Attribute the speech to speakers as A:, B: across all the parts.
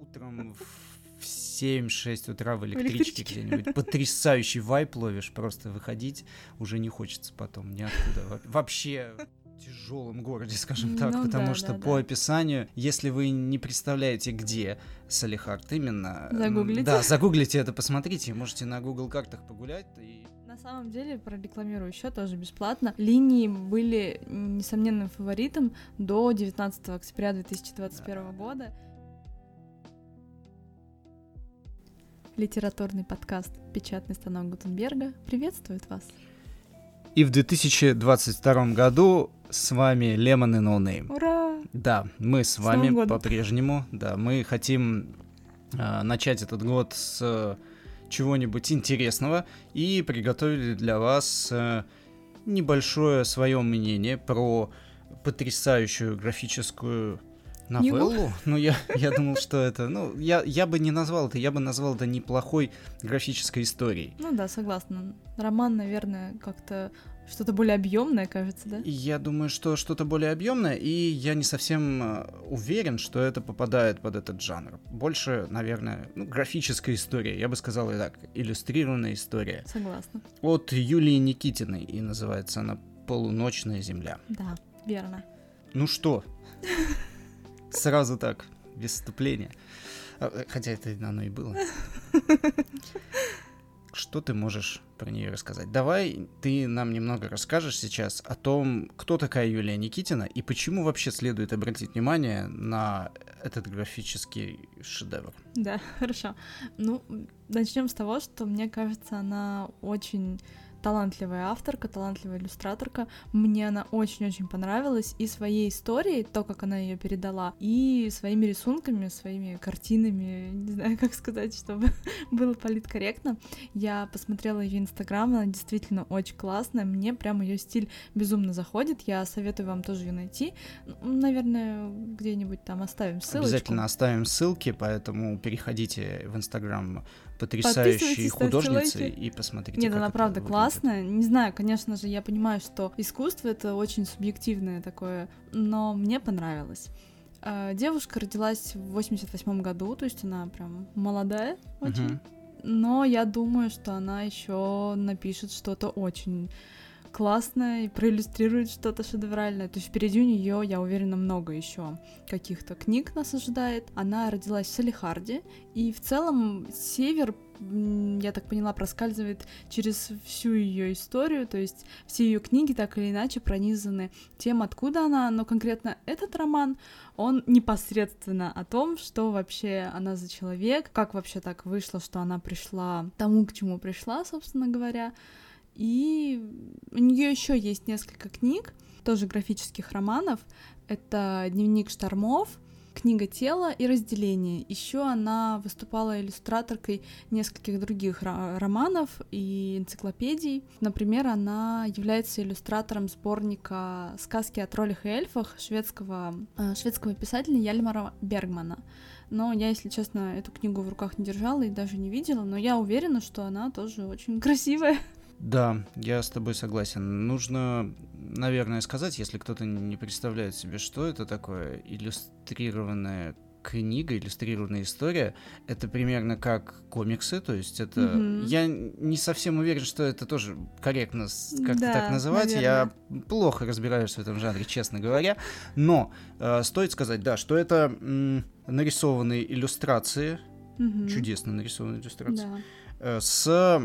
A: утром в 7-6 утра в электричке где-нибудь. Потрясающий вайб ловишь, просто выходить уже не хочется потом ниоткуда. Вообще в тяжелом городе, скажем так, потому что по описанию, если вы не представляете, где Салехард именно...
B: Загуглите.
A: Да, загуглите это, посмотрите, можете на Google картах погулять и...
B: На самом деле, прорекламирую еще тоже бесплатно. Линии были несомненным фаворитом до 19 октября 2021 года. Литературный подкаст «Печатный станок Гутенберга» приветствует вас.
A: И в 2022 году с вами Lemon и No Name.
B: Ура!
A: Да, мы с вами по-прежнему. Да, мы хотим начать этот год с чего-нибудь интересного и приготовили для вас небольшое свое мнение про потрясающую графическую новеллу. Ну, я думал, что это... Ну, я бы не назвал это, я бы назвал это неплохой графической историей.
B: Ну да, согласна. Роман, наверное, как-то что-то более объемное, кажется, да?
A: Я думаю, что что-то более объемное, и я не совсем уверен, что это попадает под этот жанр. Больше, наверное, графическая история, я бы сказал и так, иллюстрированная история.
B: Согласна.
A: От Юлии Никитиной, и называется она «Полуночная земля».
B: Да, верно.
A: Ну что? Сразу так, без вступления. Хотя это оно и было. Что ты можешь про нее рассказать? Давай ты нам немного расскажешь сейчас о том, кто такая Юлия Никитина и почему вообще следует обратить внимание на этот графический шедевр.
B: Да, хорошо. Ну, начнем с того, что мне кажется, она очень талантливая авторка, талантливая иллюстраторка. Мне она очень-очень понравилась и своей историей, то, как она ее передала, и своими рисунками, своими картинами, не знаю, как сказать, чтобы было политкорректно. Я посмотрела ее инстаграм, она действительно очень классная, мне прям ее стиль безумно заходит, я советую вам тоже ее найти. Наверное, где-нибудь там оставим ссылочку.
A: Обязательно оставим ссылки, поэтому переходите в инстаграм потрясающей художницы и посмотрите.
B: Нет, она правда классная. Не знаю, конечно же, я понимаю, что искусство — это очень субъективное такое, но мне понравилось. Девушка родилась в 88-м году, то есть она прям молодая очень. Но я думаю, что она еще напишет что-то очень классное и проиллюстрирует что-то шедевральное. То есть впереди у нее, я уверена, много еще каких-то книг нас ожидает. Она родилась в Салехарде, и в целом север, я так поняла, проскальзывает через всю ее историю, то есть все ее книги так или иначе пронизаны тем, откуда она, но конкретно этот роман, он непосредственно о том, что вообще она за человек, как вообще так вышло, что она пришла к тому, к чему пришла, собственно говоря. И у нее еще есть несколько книг, тоже графических романов. Это «Дневник штормов», «Книга тела» и «Разделение». Еще она выступала иллюстраторкой нескольких других романов и энциклопедий. Например, она является иллюстратором сборника «Сказки о троллях и эльфах» шведского писателя Яльмара Бергмана. Но я, если честно, эту книгу в руках не держала и даже не видела, но я уверена, что она тоже очень красивая.
A: Да, я с тобой согласен. Нужно, наверное, сказать, если кто-то не представляет себе, что это такое, иллюстрированная книга, иллюстрированная история, это примерно как комиксы, то есть это... Я не совсем уверен, что это тоже корректно как-то так называть, наверное. Я плохо разбираюсь в этом жанре, честно говоря, но стоит сказать, да, что это нарисованные иллюстрации, чудесно нарисованные иллюстрации, с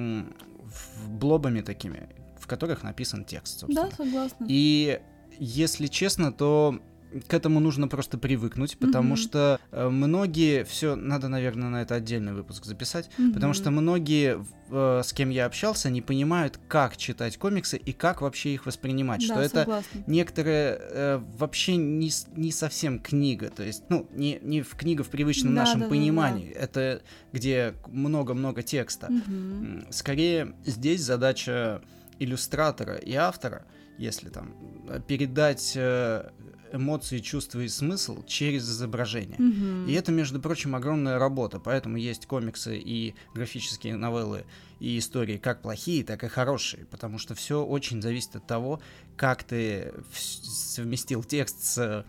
A: блобами такими, в которых написан текст, собственно.
B: Да, согласна.
A: И если честно, то к этому нужно просто привыкнуть, потому что многие, все надо, наверное, на это отдельный выпуск записать, потому что многие, с кем я общался, не понимают, как читать комиксы и как вообще их воспринимать,
B: да,
A: что согласна. Это некоторые вообще не совсем книга, то есть, ну, не в книга в привычном нашем понимании, это где много-много текста. Скорее, здесь задача иллюстратора и автора, если там передать эмоции, чувства и смысл через изображение. И это, между прочим, огромная работа, поэтому есть комиксы и графические новеллы и истории как плохие, так и хорошие, потому что все очень зависит от того, как ты совместил текст с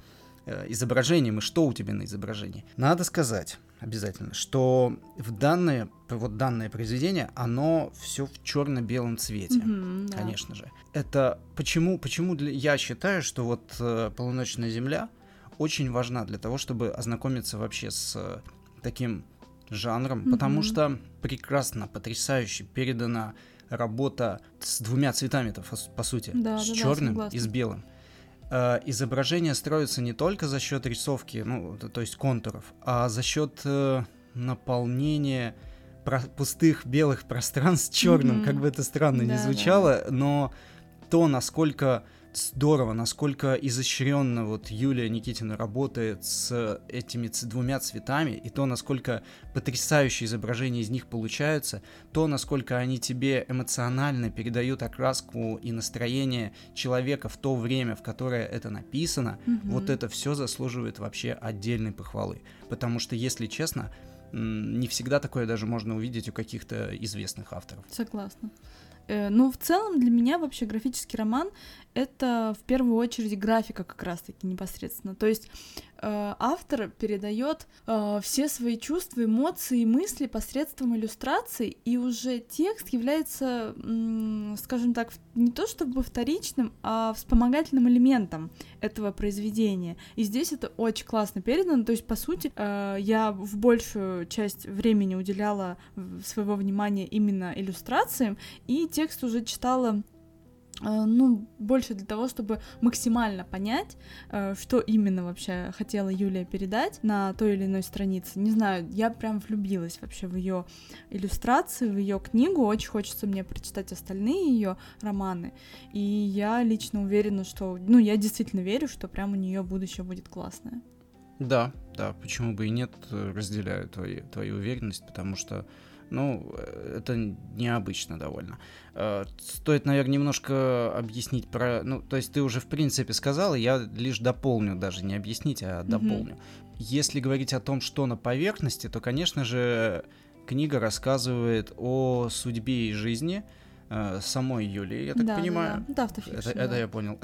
A: изображением и что у тебя на изображении. Надо сказать обязательно, что данное произведение, оно все в черно-белом цвете,
B: Да.
A: конечно же. Это почему я считаю, что вот «Полуночная земля» очень важна для того, чтобы ознакомиться вообще с таким жанром, потому что прекрасно, потрясающе передана работа с двумя цветами-то, по сути, с черным и с белым. Изображение строится не только за счет рисовки, то есть контуров, а за счет наполнения пустых белых пространств черным, как бы это странно ни звучало, но то, насколько здорово, насколько изощренно вот Юлия Никитина работает с этими двумя цветами, и то, насколько потрясающие изображения из них получаются, то, насколько они тебе эмоционально передают окраску и настроение человека в то время, в которое это написано, вот это все заслуживает вообще отдельной похвалы. Потому что, если честно, не всегда такое даже можно увидеть у каких-то известных авторов.
B: Согласна. В целом для меня вообще графический роман — это в первую очередь графика как раз-таки непосредственно. То есть автор передает все свои чувства, эмоции и мысли посредством иллюстраций, и уже текст является, скажем так, не то чтобы вторичным, а вспомогательным элементом этого произведения. И здесь это очень классно передано. То есть, по сути, я в большую часть времени уделяла своего внимания именно иллюстрациям, и текст уже читала больше для того, чтобы максимально понять, что именно вообще хотела Юлия передать на той или иной странице. Не знаю, я прям влюбилась вообще в ее иллюстрации, в ее книгу. Очень хочется мне прочитать остальные ее романы. И я лично уверена, что... я действительно верю, что прям у нее будущее будет классное.
A: Да, почему бы и нет, разделяю твою уверенность, потому что это необычно довольно. Стоит, наверное, немножко объяснить про... то есть ты уже, в принципе, сказала, я лишь дополню, даже не объяснить, а дополню. Если говорить о том, что на поверхности, то, конечно же, книга рассказывает о судьбе и жизни самой Юлии, я так понимаю.
B: Да, автофикшн.
A: Это я понял.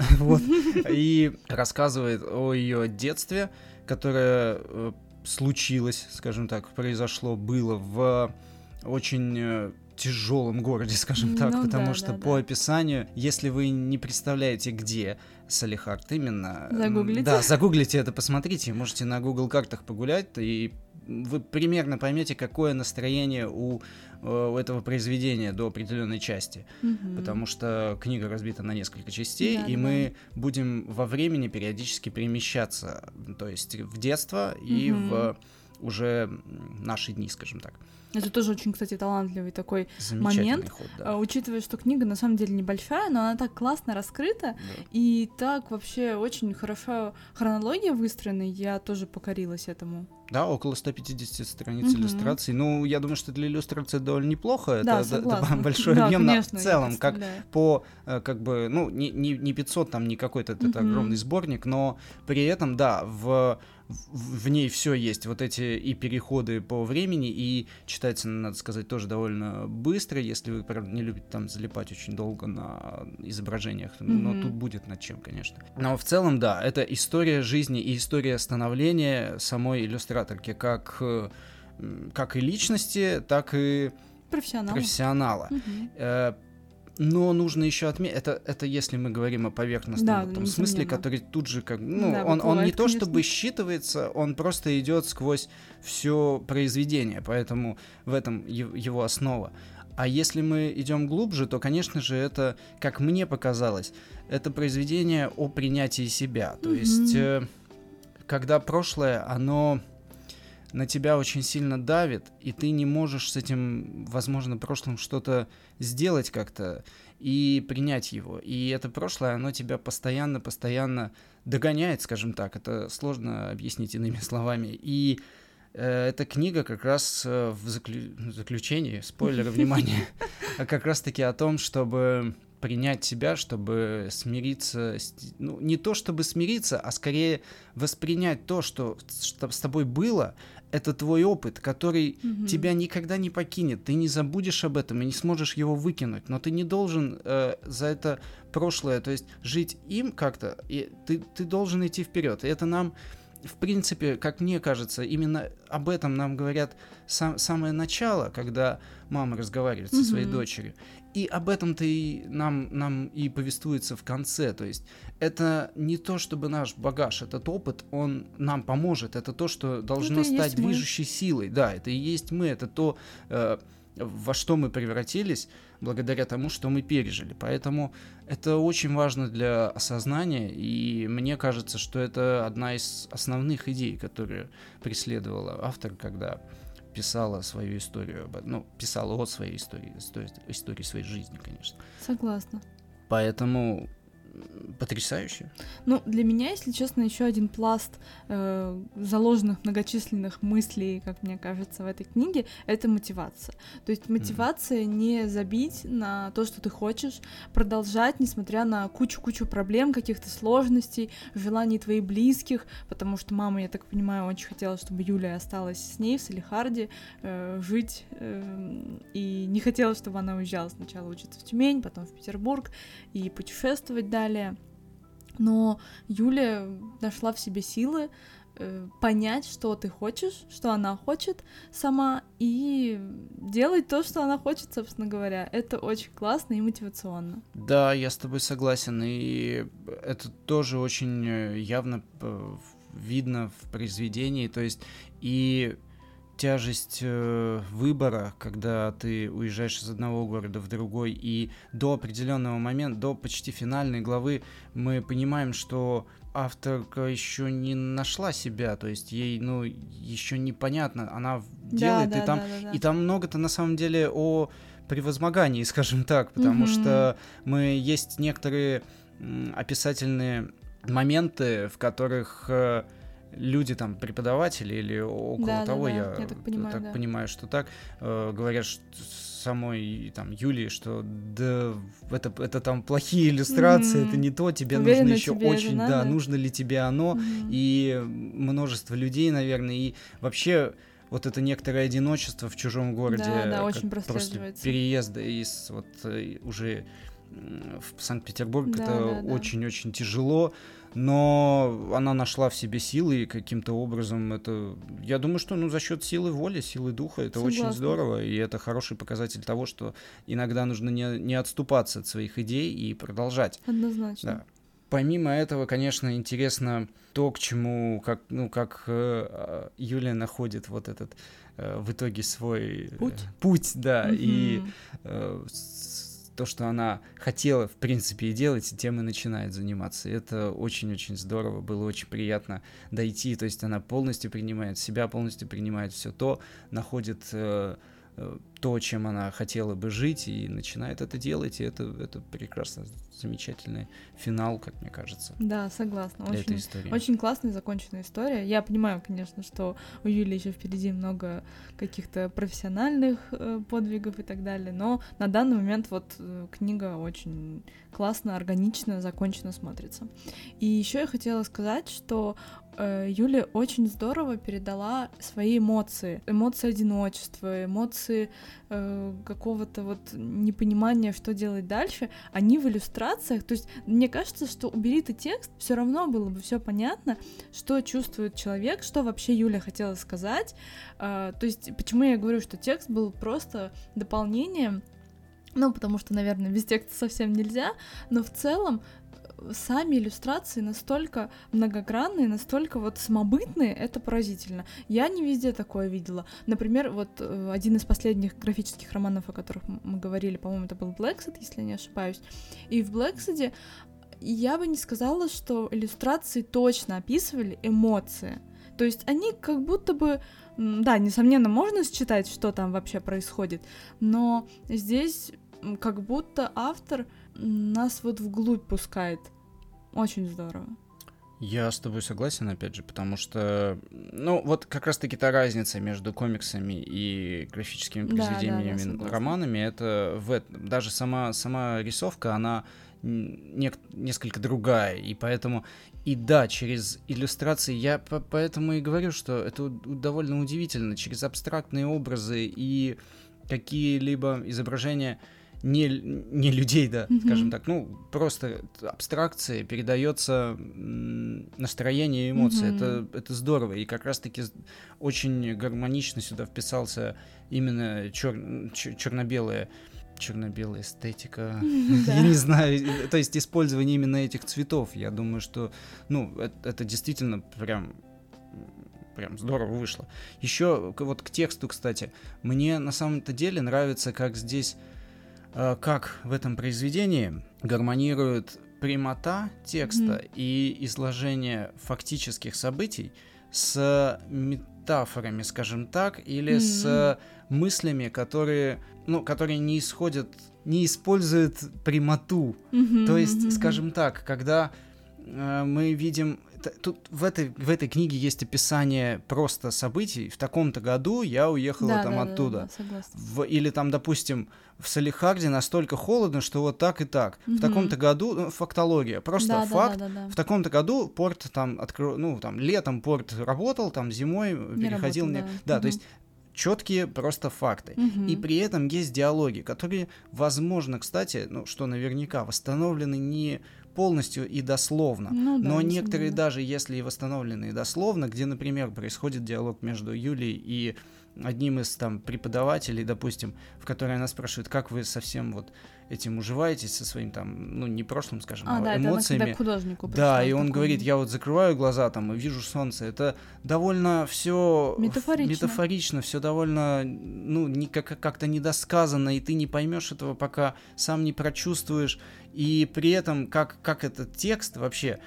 A: И рассказывает о ее детстве, которое случилось, скажем так, произошло, было в очень тяжелом городе, скажем так, потому что по описанию, если вы не представляете, где Салехард именно...
B: Загуглите.
A: Да, загуглите это, посмотрите, можете на Google картах погулять, и вы примерно поймете, какое настроение у этого произведения до определенной части, потому что книга разбита на несколько частей, и мы будем во времени периодически перемещаться, то есть в детство и в уже наши дни, скажем так.
B: Это тоже очень, кстати, талантливый такой
A: момент,
B: ход, учитывая, что книга на самом деле небольшая, но она так классно раскрыта, и так вообще очень хорошо хронология выстроена, я тоже покорилась этому.
A: Да, около 150 страниц иллюстраций. Я думаю, что для иллюстрации довольно неплохо. Это большой объем,
B: конечно,
A: в целом, как по, не 500, там, не какой-то это огромный сборник, но при этом, в ней все есть, вот эти и переходы по времени, и читается, надо сказать, тоже довольно быстро, если вы, правда, не любите там залипать очень долго на изображениях, но тут будет над чем, конечно. Но в целом, это история жизни и история становления самой иллюстраторки, как и личности, так и профессионала. Но нужно еще отметить, это если мы говорим о поверхностном смысле, который тут же он не то чтобы считывается, он просто идет сквозь все произведение, поэтому в этом его основа. А если мы идем глубже, то, конечно же, это, как мне показалось, это произведение о принятии себя. То есть, когда прошлое, оно на тебя очень сильно давит, и ты не можешь с этим, возможно, прошлым что-то сделать как-то и принять его. И это прошлое, оно тебя постоянно догоняет, скажем так. Это сложно объяснить иными словами. И эта книга как раз в заключении, спойлеры, внимание, как раз-таки о том, чтобы принять себя, чтобы смириться, не то чтобы смириться, а скорее воспринять то, что с тобой было. это твой опыт, который тебя никогда не покинет. Ты не забудешь об этом и не сможешь его выкинуть. Но ты не должен за это прошлое, то есть жить им как-то, и ты должен идти вперед. И это нам, в принципе, как мне кажется, именно об этом нам говорят самое начало, когда мама разговаривает со своей дочерью. И об этом-то и нам и повествуется в конце. То есть это не то, чтобы наш багаж, этот опыт, он нам поможет. Это то, что должно стать движущей силой. Да, это и есть мы, это то, во что мы превратились благодаря тому, что мы пережили. Поэтому это очень важно для осознания, и мне кажется, что это одна из основных идей, которую преследовала автор, когда писала свою историю, писала о своей истории своей жизни, конечно.
B: Согласна.
A: Поэтому потрясающе.
B: Ну, для меня, если честно, еще один пласт заложенных многочисленных мыслей, как мне кажется, в этой книге, это мотивация. То есть мотивация не забить на то, что ты хочешь, продолжать, несмотря на кучу-кучу проблем, каких-то сложностей, желаний твоих близких, потому что мама, я так понимаю, очень хотела, чтобы Юлия осталась с ней в Салехарде, жить, и не хотела, чтобы она уезжала сначала учиться в Тюмень, потом в Петербург и путешествовать далее. Но Юля нашла в себе силы понять, что ты хочешь, что она хочет сама, и делать то, что она хочет, собственно говоря. Это очень классно и мотивационно.
A: Да, я с тобой согласен, и это тоже очень явно видно в произведении, то есть и тяжесть выбора, когда ты уезжаешь из одного города в другой, и до определенного момента, до почти финальной главы мы понимаем, что авторка еще не нашла себя, то есть ей, еще непонятно, она делает, и там много-то на самом деле о превозмогании, скажем так, потому что есть некоторые описательные моменты, в которых люди, там, преподаватели или около того, я так понимаю, что так, говорят самой там Юлии, что да, это там плохие иллюстрации, это не то, тебе нужно еще очень, нужно ли тебе оно, и множество людей, наверное, и вообще вот это некоторое одиночество в чужом городе,
B: очень
A: после переезда из уже в Санкт-Петербург, это очень-очень тяжело, но она нашла в себе силы, и каким-то образом это... Я думаю, что за счет силы воли, силы духа, это очень здорово, и это хороший показатель того, что иногда нужно не отступаться от своих идей и продолжать.
B: Однозначно.
A: Да. Помимо этого, конечно, интересно то, к чему, как Юлия находит вот этот в итоге свой путь, да, и то, что она хотела, в принципе, и делать, и тем и начинает заниматься. И это очень-очень здорово, было очень приятно дойти, то есть она полностью принимает себя, полностью принимает все то, находит то, чем она хотела бы жить, и начинает это делать, и это прекрасно, замечательный финал, как мне кажется.
B: Да, согласна.
A: Этой истории.
B: Очень классная, законченная история. Я понимаю, конечно, что у Юли еще впереди много каких-то профессиональных подвигов и так далее, но на данный момент книга очень классно, органично, законченно смотрится. И еще я хотела сказать, что Юля очень здорово передала свои эмоции. Эмоции одиночества, эмоции какого-то непонимания, что делать дальше, они в иллюстрациях. То есть мне кажется, что убери ты текст, все равно было бы все понятно, что чувствует человек, что вообще Юля хотела сказать. То есть почему я говорю, что текст был просто дополнением, потому что, наверное, без текста совсем нельзя, но в целом сами иллюстрации настолько многогранные, настолько самобытные, это поразительно. Я не везде такое видела. Например, один из последних графических романов, о которых мы говорили, по-моему, это был Blacksad, если я не ошибаюсь. И в Blacksad'е я бы не сказала, что иллюстрации точно описывали эмоции. То есть они как будто бы... Да, несомненно, можно считать, что там вообще происходит, но здесь как будто автор нас вглубь пускает. Очень здорово.
A: Я с тобой согласен, опять же, потому что, как раз-таки та разница между комиксами и графическими произведениями, романами, это даже сама рисовка, она несколько другая, и поэтому, и да, через иллюстрации, я поэтому и говорю, что это довольно удивительно, через абстрактные образы и какие-либо изображения не людей, да, скажем так, ну, просто абстракции, передается настроение и эмоции, это здорово, и как раз-таки очень гармонично сюда вписался именно черно-белая эстетика, я не знаю, то есть использование именно этих цветов, я думаю, что, ну, это действительно прям здорово вышло. Еще вот к тексту, кстати, мне на самом-то деле нравится, как здесь, как в этом произведении гармонирует прямота текста и изложение фактических событий с метафорами, скажем так, или с мыслями, которые не используют прямоту. То есть, скажем так, когда мы видим... Тут в этой книге есть описание просто событий. В таком-то году я уехала оттуда. Или там, допустим, в Салехарде настолько холодно, что вот так и так. В таком-то году... фактология. Просто факт. В таком-то году порт там открыл... Ну, там, летом порт работал, там, зимой переходил... То есть четкие просто факты. И при этом есть диалоги, которые, возможно, кстати, ну, что наверняка восстановлены не полностью и дословно, но некоторые даже если и восстановлены и дословно, где, например, происходит диалог между Юлей и одним из там преподавателей, допустим, в которой она спрашивает, как вы со всем вот этим уживаетесь, со своим там, ну, не прошлым, скажем, эмоциями.
B: Это к художнику
A: да, и он говорит, я вот закрываю глаза там и вижу солнце. Это довольно все метафорично, все довольно, ну, как-то недосказанно, и ты не поймешь этого, пока сам не прочувствуешь. И при этом, как этот текст вообще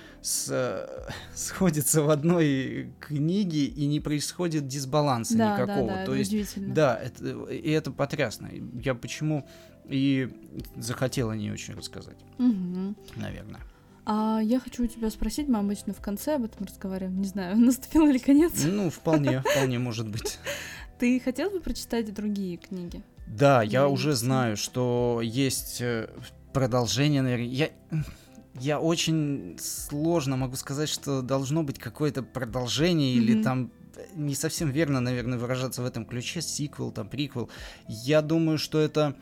A: сходится в одной книге, и не происходит дисбаланса никакого.
B: Да,
A: то есть, да, это потрясно. Я почему и захотел о ней очень рассказать, наверное.
B: А я хочу у тебя спросить, мы обычно в конце об этом разговариваем, не знаю, наступил ли конец?
A: Ну, вполне может быть.
B: Ты хотел бы прочитать другие книги?
A: Да, я уже знаю, что есть продолжение, наверное. Я очень сложно могу сказать, что должно быть какое-то продолжение или там не совсем верно, наверное, выражаться в этом ключе, сиквел, там, приквел. Я думаю, что это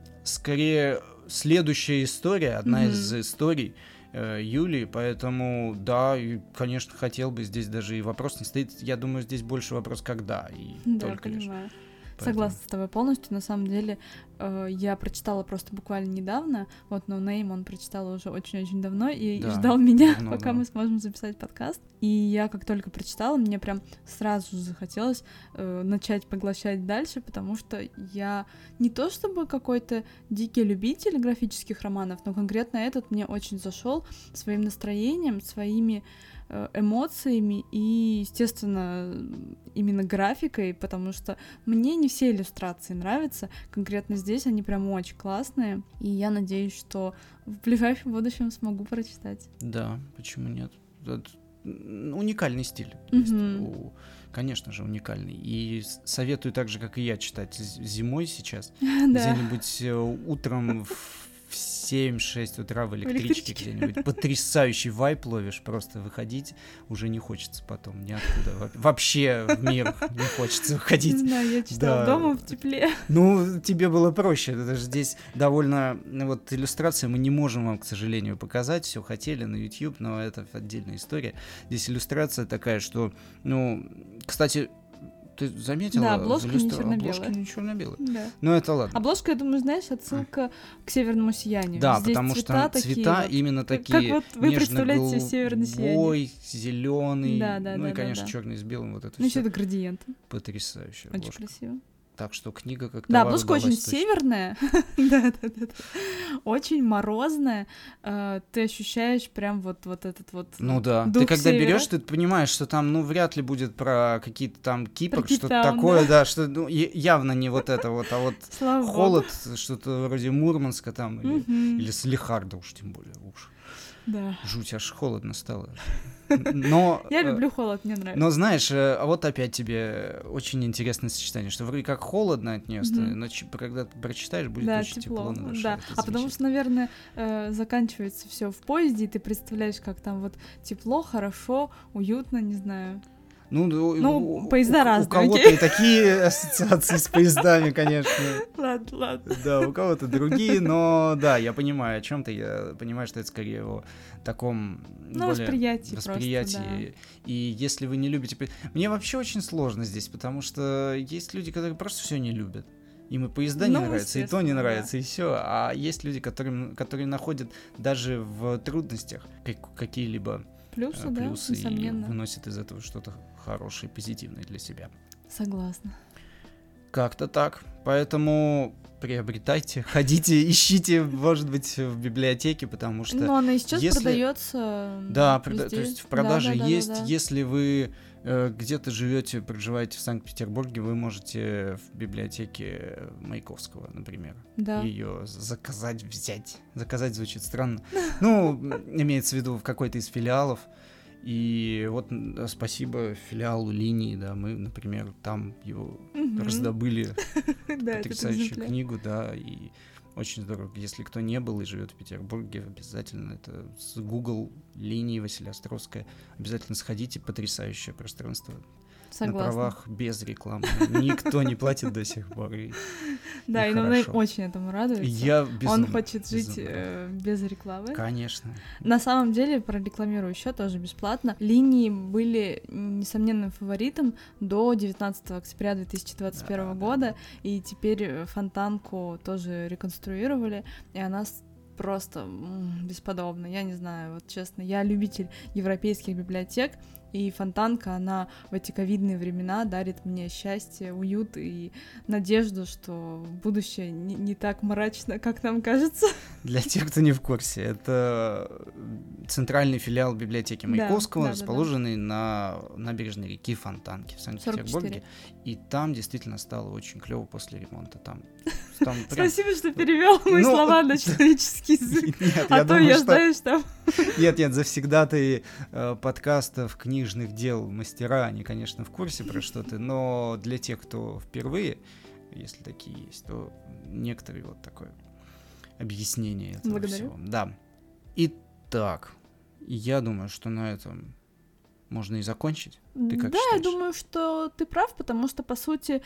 A: скорее следующая история, одна из историй Юлии, поэтому, да, и, конечно, хотел бы, здесь даже и вопрос не стоит, я думаю, здесь больше вопрос «когда», и только лишь.
B: Согласна с тобой полностью. На самом деле, я прочитала просто буквально недавно. Вот No Name он прочитал уже очень-очень давно и ждал меня, пока мы сможем записать подкаст. И я как только прочитала, мне прям сразу же захотелось начать поглощать дальше, потому что я не то чтобы какой-то дикий любитель графических романов, но конкретно этот мне очень зашел своим настроением, своими эмоциями и, естественно, именно графикой, потому что мне не все иллюстрации нравятся, конкретно здесь они прям очень классные, и я надеюсь, что в ближайшем будущем смогу прочитать.
A: Да, почему нет? Это уникальный стиль, есть, конечно же, уникальный, и советую так же, как и я, читать зимой сейчас, где-нибудь утром в 7-6 утра в электричке где-нибудь. Потрясающий вайб ловишь, просто выходить уже не хочется потом ниоткуда. Вообще в мир не хочется выходить.
B: Не знаю, я читала дома в тепле.
A: Ну, тебе было проще. Это же здесь довольно... Вот иллюстрации мы не можем вам, к сожалению, показать. Все хотели на YouTube, но это отдельная история. Здесь иллюстрация такая, что... Ну, кстати... Ты заметила?
B: Да, обложка не черно-белая.
A: Обложка не черно-белая.
B: Да.
A: Ну, это ладно.
B: Обложка, я думаю, знаешь, отсылка к «Северному сиянию».
A: Да,
B: здесь
A: потому что цвета
B: вот,
A: именно такие.
B: Как вот вы представляете себе «Северное сияние».
A: Зеленый,
B: да,
A: ну и, конечно,
B: да.
A: черный с белым. Вот это
B: ну,
A: все.
B: Это градиенты.
A: Потрясающая
B: очень
A: обложка.
B: Красиво.
A: Так что книга как-то...
B: Да, обложка очень северная. Да. Очень морозная. Ты ощущаешь прям вот этот вот.
A: Ну да. Ты когда берешь, ты понимаешь, что там, ну, вряд ли будет про какие-то там Кипр, что-то такое, да, что явно не вот это вот, а вот холод, что-то вроде Мурманска там, или Салехарда уж тем более.
B: Да.
A: Жуть, аж холодно стало. Но,
B: я люблю холод, мне нравится.
A: Но знаешь, а вот опять тебе очень интересное сочетание, что вроде как холодно от нее, но когда ты прочитаешь, будет очень тепло на душе.
B: Да, потому что, наверное, заканчивается все в поезде, и ты представляешь, как там вот тепло, хорошо, уютно, не знаю.
A: Ну,
B: поезда разные.
A: У кого-то и такие ассоциации с поездами, конечно.
B: Ладно.
A: Да, у кого-то другие, но да, я понимаю о чем-то, я понимаю, что это скорее о таком
B: восприятии.
A: Просто, да. И если вы не любите... Мне вообще очень сложно здесь, потому что есть люди, которые просто все не любят. Им и поезда не нравятся, и то не нравится, и все. А есть люди, которые находят даже в трудностях какие-либо плюсы, и выносят из этого что-то хорошее, позитивное для себя.
B: Согласна.
A: Как-то так. Поэтому приобретайте, ходите, ищите, может быть, в библиотеке, потому что...
B: Но она и сейчас продается.
A: Да, то есть в продаже есть. Да. Если вы где-то живете, проживаете в Санкт-Петербурге, вы можете в библиотеке Маяковского, например, ее заказать, взять. Заказать звучит странно. Имеется в виду в какой-то из филиалов. И вот спасибо филиалу линии, да, мы, например, там его раздобыли, потрясающую книгу, да, и очень здорово. Если кто не был и живет в Петербурге, обязательно это с Google линии Василия Островская, обязательно сходите, потрясающее пространство.
B: Согласна.
A: На правах без рекламы. Никто не платит до сих пор.
B: Да, и нам очень этому радуется. Он хочет жить без рекламы.
A: Конечно.
B: На самом деле, прорекламирую еще тоже бесплатно. Линии были несомненным фаворитом до 19 октября 2021 года, и теперь Фонтанку тоже реконструировали, и она просто бесподобна. Я не знаю, вот честно, я любитель европейских библиотек, и Фонтанка, она в эти ковидные времена дарит мне счастье, уют и надежду, что будущее не так мрачно, как нам кажется.
A: Для тех, кто не в курсе, это центральный филиал библиотеки Маяковского, расположенный на набережной реки Фонтанки в Санкт-Петербурге. И там действительно стало очень клево после ремонта. Там
B: Спасибо, что перевел мои слова на человеческий язык. Нет, а то я, знаешь, там...
A: Нет, завсегдатые подкастов, книжных дел мастера, они, конечно, в курсе про что-то, но для тех, кто впервые, если такие есть, то некоторые вот такое объяснение этого
B: Благодарю.
A: всего. Да. Итак, я думаю, что на этом можно и закончить. Ты как считаешь?
B: Я думаю, что ты прав, потому что, по сути,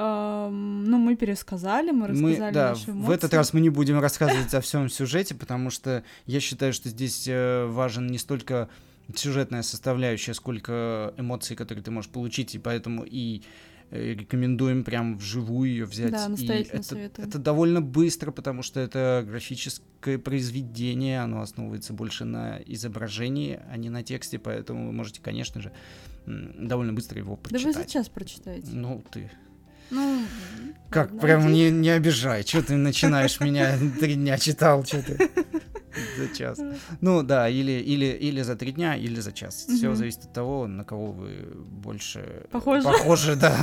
B: мы пересказали, мы рассказали наши эмоции.
A: В этот раз мы не будем рассказывать о всем сюжете, потому что я считаю, что здесь важен не столько сюжетная составляющая, сколько эмоций, которые ты можешь получить, и поэтому и рекомендуем прям вживую ее взять.
B: Да, настоятельно советую.
A: Это довольно быстро, потому что это графическое произведение, оно основывается больше на изображении, а не на тексте, поэтому вы можете, конечно же, довольно быстро его прочитать.
B: Да вы за час прочитаете.
A: Ты...
B: как,
A: ладно, прям не обижай, что ты начинаешь меня 3 дня читал, что ты за час. Или за 3 дня, или за час. Все зависит от того, на кого вы больше похожи, да.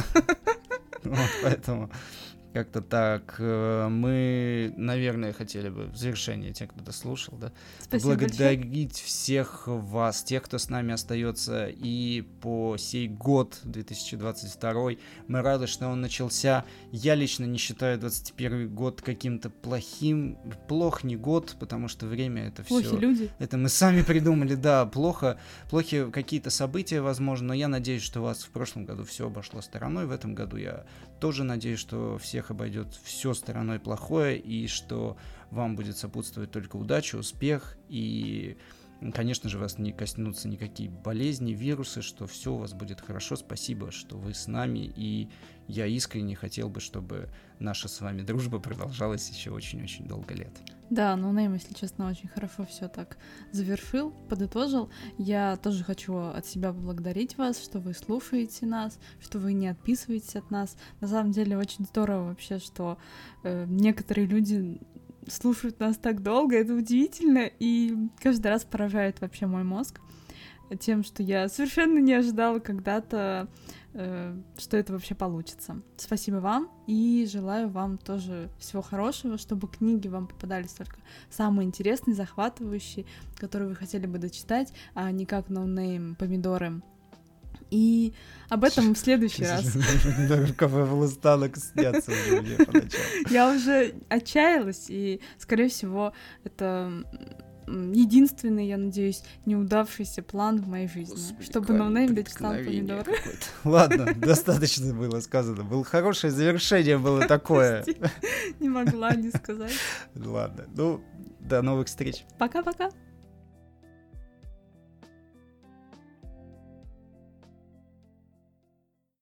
A: Поэтому как-то так. Мы, наверное, хотели бы в завершение, те, кто дослушал, да, поблагодарить всех вас, тех, кто с нами остается и по сей год, 2022. Мы рады, что он начался. Я лично не считаю 2021 год каким-то плохим. Плох не год, потому что время это все.
B: Плохие люди.
A: Это мы сами придумали, да, плохи какие-то события, возможно, но я надеюсь, что у вас в прошлом году все обошло стороной. В этом году я тоже надеюсь, что всех обойдет все стороной плохое, и что вам будет сопутствовать только удача, успех, и, конечно же, вас не коснутся никакие болезни, вирусы, что все у вас будет хорошо. Спасибо, что вы с нами, и я искренне хотел бы, чтобы наша с вами дружба продолжалась еще очень-очень долго лет.
B: Да, Ноунейм, если честно, очень хорошо все так завершил, подытожил. Я тоже хочу от себя поблагодарить вас, что вы слушаете нас, что вы не отписываетесь от нас. На самом деле очень здорово вообще, что некоторые люди слушают нас так долго, это удивительно, и каждый раз поражает вообще мой мозг. тем, что я совершенно не ожидала когда-то, что это вообще получится. Спасибо вам, и желаю вам тоже всего хорошего, чтобы книги вам попадались только самые интересные, захватывающие, которые вы хотели бы дочитать, а не как ноунейм помидоры. И об этом в следующий раз.
A: Кафе «Волостанок» снятся мне поначалу.
B: Я уже отчаялась, и, скорее всего, это единственный, я надеюсь, неудавшийся план в моей жизни. Господи, чтобы ноунейм дочитал помидоры.
A: Ладно, достаточно было сказано. Было хорошее завершение, было такое.
B: Не могла не сказать.
A: Ладно, ну, до новых встреч.
B: Пока-пока.